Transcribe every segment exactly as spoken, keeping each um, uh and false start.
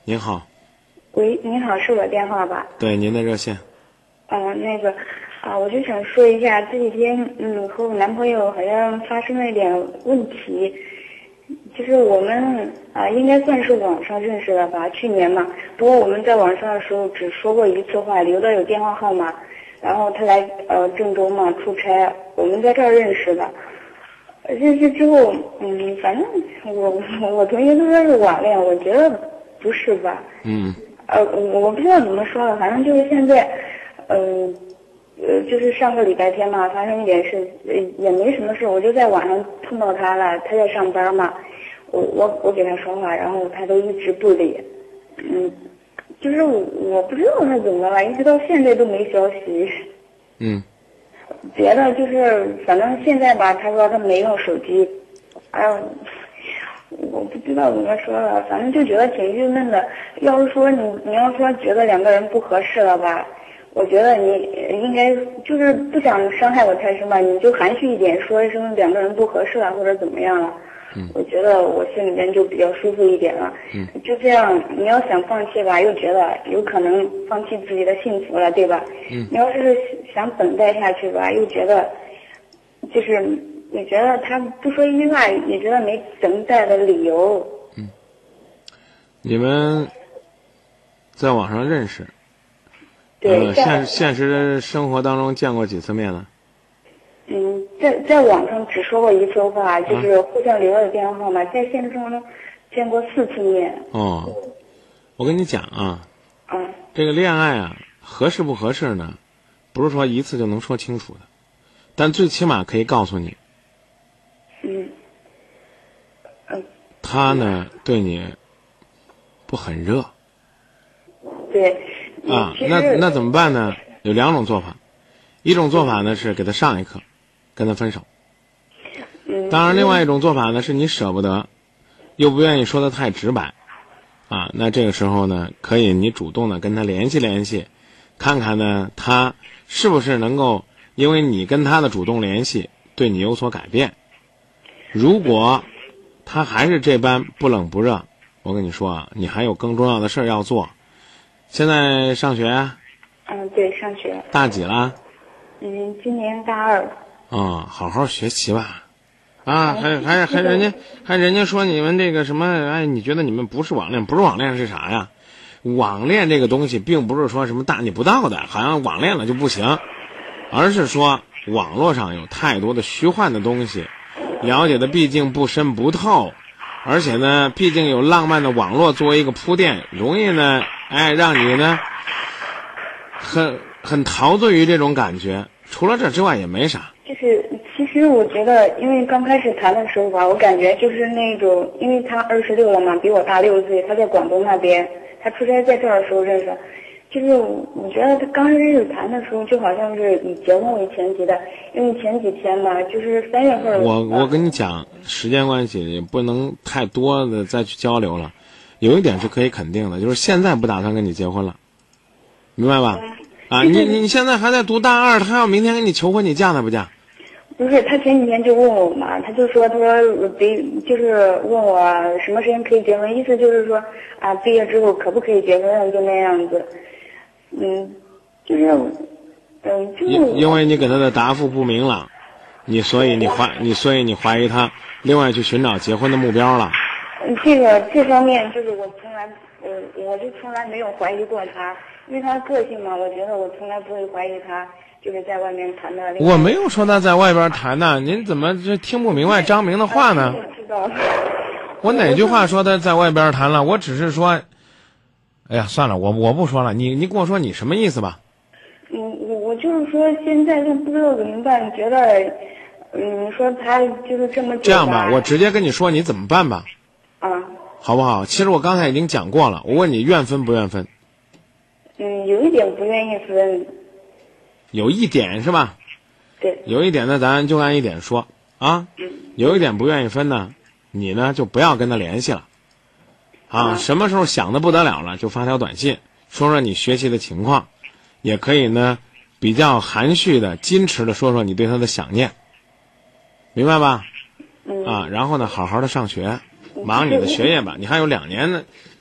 您好。 喂，您好，是我电话吧？ 对，您的热线。 嗯、呃，那个啊，我就想说一下，这几天嗯和我男朋友好像发生了一点问题，就是我们啊应该算是网上认识的吧，去年嘛。不过我们在网上的时候只说过一次话，留的有电话号码。然后他来呃郑州嘛出差，我们在这儿认识的。认识之后，嗯，反正我我同学都说是网恋，我觉得不是吧？ 嗯。 呃，我不知道怎么说了，反正就是现在，嗯、呃，呃，就是上个礼拜天嘛，发生一点事，呃，也没什么事，我就在网上碰到他了，他在上班嘛，我我我给他说话，然后他都一直不理，嗯，就是我我不知道他怎么了，一直到现在都没消息。 嗯。 别的就是，反正现在吧，他说他没用手机，哎呦。我不知道怎么说了，反正就觉得挺郁闷的。要是说你你要说觉得两个人不合适了吧，我觉得你应该就是不想伤害我太深吧，你就含蓄一点说一声两个人不合适了或者怎么样了。 嗯， 我觉得我心里面就比较舒服一点了。 嗯， 就这样，你要想放弃吧，又觉得有可能放弃自己的幸福了，对吧？ 嗯， 你要是想等待下去吧，又觉得就是你觉得他不说一句话，你觉得没等待的理由。 嗯，你们在网上认识， 对， 呃、现现实生活当中见过几次面呢？ 嗯，在在网上只说过一次话，就是互相留了电话号码，在现实生活中见过四次面。 哦，我跟你讲啊， 嗯， 这个恋爱啊，合适不合适呢，不是说一次就能说清楚的，但最起码可以告诉你。 嗯，嗯， 他呢对你不很热。 对。 啊，那那怎么办呢？有两种做法，一种做法呢是给他上一课，跟他分手。 嗯。 当然，另外一种做法呢是你舍不得，又不愿意说的太直白，啊，那这个时候呢，可以你主动的跟他联系联系，看看呢他是不是能够因为你跟他的主动联系对你有所改变。如果他还是这般不冷不热，我跟你说啊，你还有更重要的事儿要做。现在上学啊？ 嗯，对，上学。 大几了？ 嗯，今年大二。 啊、哦，好好学习吧。啊，还还还人家还人家说你们这个什么？哎，你觉得你们不是网恋？不是网恋是啥呀？网恋这个东西并不是说什么大逆不道的，好像网恋了就不行，而是说网络上有太多的虚幻的东西，了解的毕竟不深不透，而且呢，毕竟有浪漫的网络作为一个铺垫，容易呢，哎，让你呢，很很陶醉于这种感觉。除了这之外也没啥。 就是其实我觉得，因为刚开始谈的时候吧，我感觉就是那种，因为他二十六了嘛，比我大六岁，他在广东那边，他出差在这儿的时候认识。就是我觉得他刚开始谈的时候，就好像是以结婚为前提的，因为前几天嘛，就是三月份。 我我跟你讲，时间关系也不能太多的再去交流了。有一点是可以肯定的，就是现在不打算跟你结婚了，明白吧？啊，你你现在还在读大二，他要明天跟你求婚，你嫁他不嫁？ 不是，他前几天就问我嘛，他就说，他说别，就是问我什么时间可以结婚，意思就是说啊，毕业之后可不可以结婚，就那样子。嗯，就是，嗯，就因因为你给他的答复不明朗，你所以你怀你所以你怀疑他另外去寻找结婚的目标了。 嗯，这个这方面就是我从来，呃，我就从来没有怀疑过他，因为他个性嘛，我觉得我从来不会怀疑他就是在外面谈的。 我没有说他在外边谈呢，您怎么就听不明白张明的话呢？ 我知道。 我哪句话说他在外边谈了？我只是说。哎呀，算了，我我不说了，你你跟我说你什么意思吧？ 嗯，我我就是说现在就不知道怎么办，觉得，嗯，说他就是这么这样吧，我直接跟你说你怎么办吧。 啊。 好不好？其实我刚才已经讲过了，我问你愿分不愿分？ 嗯，有一点不愿意分。 有一点是吧？ 对。 有一点呢，咱就按一点说啊。 嗯。 有一点不愿意分呢，你呢就不要跟他联系了。啊，什么时候想的不得了了，就发条短信，说说你学习的情况，也可以呢，比较含蓄的、矜持的说说你对他的想念，明白吧？ 嗯。 啊，然后呢，好好的上学，忙你的学业吧。你还有两年呢，还。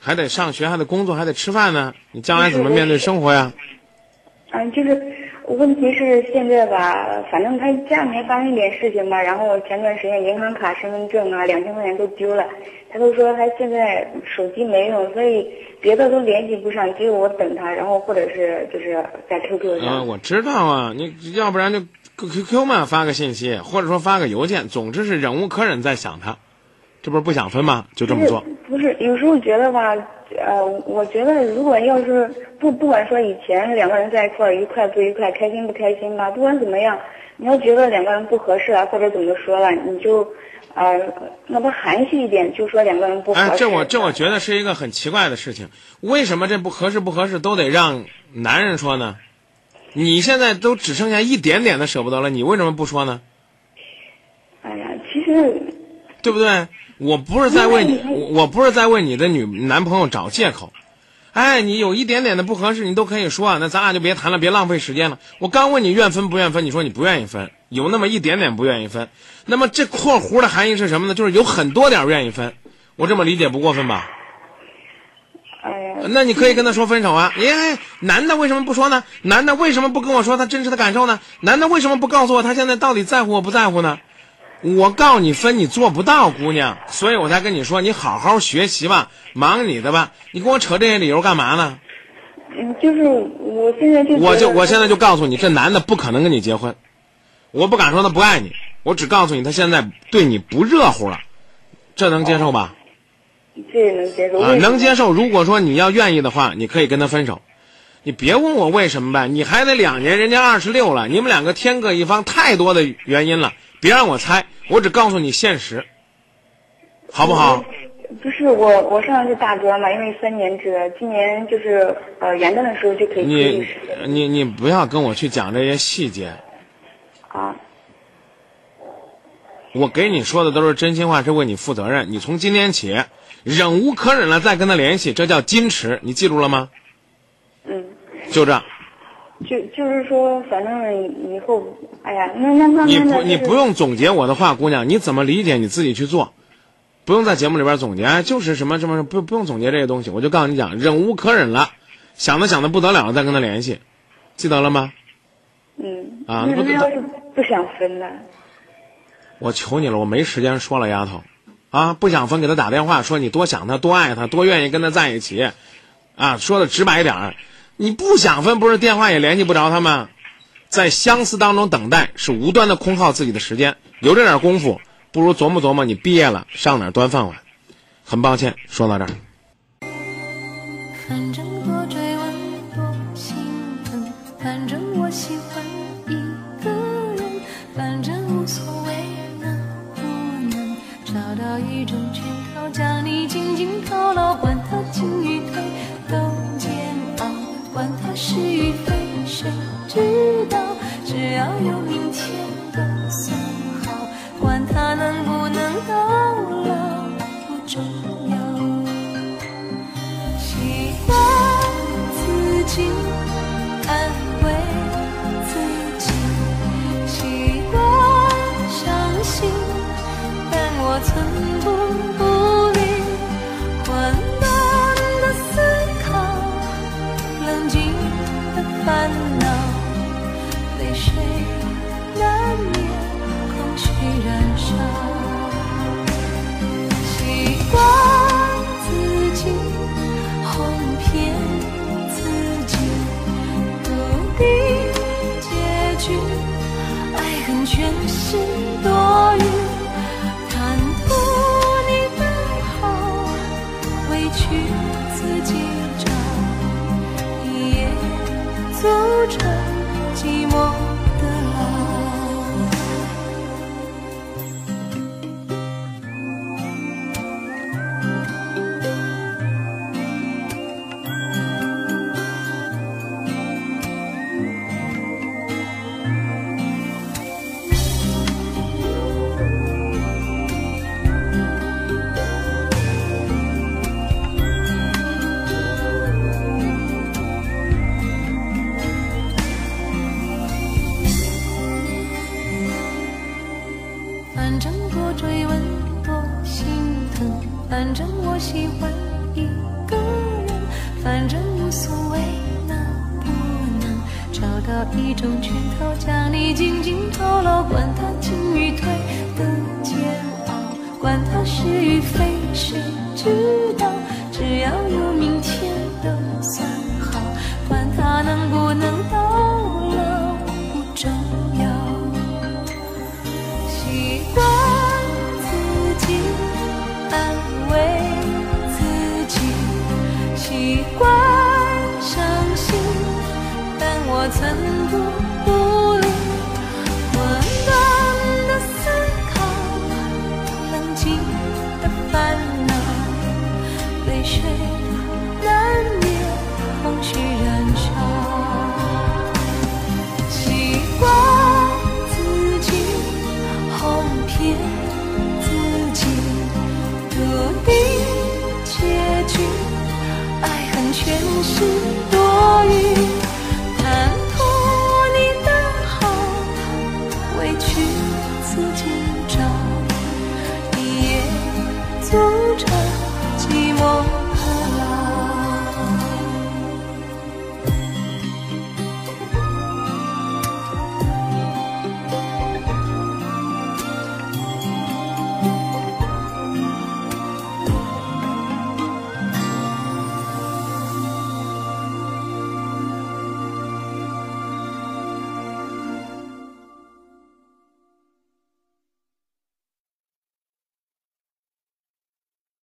还得上学，还得工作，还得吃饭呢，你将来怎么面对生活呀？ 嗯，就是问题是现在吧，反正他家里面发生一点事情吧，然后前段时间银行卡、身份证啊，两千块钱都丢了，他都说他现在手机没用，所以别的都联系不上，只有我等他，然后或者是就是在 Q Q 上。 嗯，我知道啊，你要不然就 Q Q 嘛，发个信息，或者说发个邮件，总之是忍无可忍在想他，这不是不想分吗？就这么做。 不是，有时候觉得吧，呃，我觉得如果要是不不管说以前两个人在一块儿愉快不愉快，开心不开心吧，不管怎么样，你要觉得两个人不合适啊，或者怎么说了，你就呃，那不含蓄一点，就说两个人不合适。 哎，这我这我觉得是一个很奇怪的事情，为什么这不合适不合适都得让男人说呢？你现在都只剩下一点点的舍不得了，你为什么不说呢？ 哎呀，其实， 对不对？我不是在为你，我我不是在为你的女男朋友找借口。哎，你有一点点的不合适，你都可以说，那咱俩就别谈了，别浪费时间了。我刚问你愿分不愿分，你说你不愿意分，有那么一点点不愿意分。那么这括弧的含义是什么呢？就是有很多点愿意分。我这么理解不过分吧？ 哎呀， 那你可以跟他说分手啊！哎，男的为什么不说呢？男的为什么不跟我说他真实的感受呢？男的为什么不告诉我他现在到底在乎我不在乎呢？我告诉你分你做不到，姑娘，所以我才跟你说，你好好学习吧，忙你的吧，你跟我扯这些理由干嘛呢？ 嗯，就是我现在就我就我现在就告诉你，这男的不可能跟你结婚，我不敢说他不爱你，我只告诉你他现在对你不热乎了，这能接受吧？ 这能接受啊，能接受。如果说你要愿意的话，你可以跟他分手。你别问我为什么呗，你还得两年，人家二十六了，你们两个天各一方，太多的原因了，别让我猜，我只告诉你现实，好不好？ 不是我，我上的是大专嘛，因为三年制，今年就是呃元旦的时候就可以你你你不要跟我去讲这些细节啊！ 我给你说的都是真心话，是为你负责任。你从今天起忍无可忍了，再跟他联系，这叫矜持，你记住了吗？ 嗯， 就这。 就就是说，反正以后，哎呀，那那那你不、 就是、 你不用总结我的话，姑娘，你怎么理解你自己去做，不用在节目里边总结，哎，就是什么什么不不用总结这些东西，我就告诉你讲，忍无可忍了，想的想的不得了了，再跟他联系，记得了吗？ 嗯， 啊， 那要是不想分呢？ 我求你了，我没时间说了，丫头，啊，不想分给他打电话说你多想他，多爱他，多愿意跟他在一起，啊，说的直白一点，你不想分，不是电话也联系不着他吗？在相思当中等待是无端的空耗自己的时间，有这点功夫不如琢磨琢磨你毕业了上哪儿端饭碗。很抱歉说到这儿。 反正多追问多兴奋，反正我喜欢一个人，反正无所谓能不能找到一种圈套将你紧紧套牢，管它进与退都煎熬，管它是与非谁知道，只要有明天都算好，管它能不能到老不重要，习惯自己安慰自己，习惯相信，但我寸步不离，困难的思考，冷静的烦恼，泪水难免空气燃烧，习惯自己哄骗自己，笃定结局，爱恨全是多余，贪图你的好，委屈自己找，一夜组成寂寞的牢。 一种拳头，将你紧紧牢牢，管它进与退的煎熬，管它是与非，谁知道？只要有明天都算好，管它能不能到老不重要。习惯自己安慰自己，习惯伤心，但我寸步不离，混乱的思考，冷静的烦恼，泪水难免空虚燃烧。习惯自己哄骗自己，笃定结局，爱恨全是多余。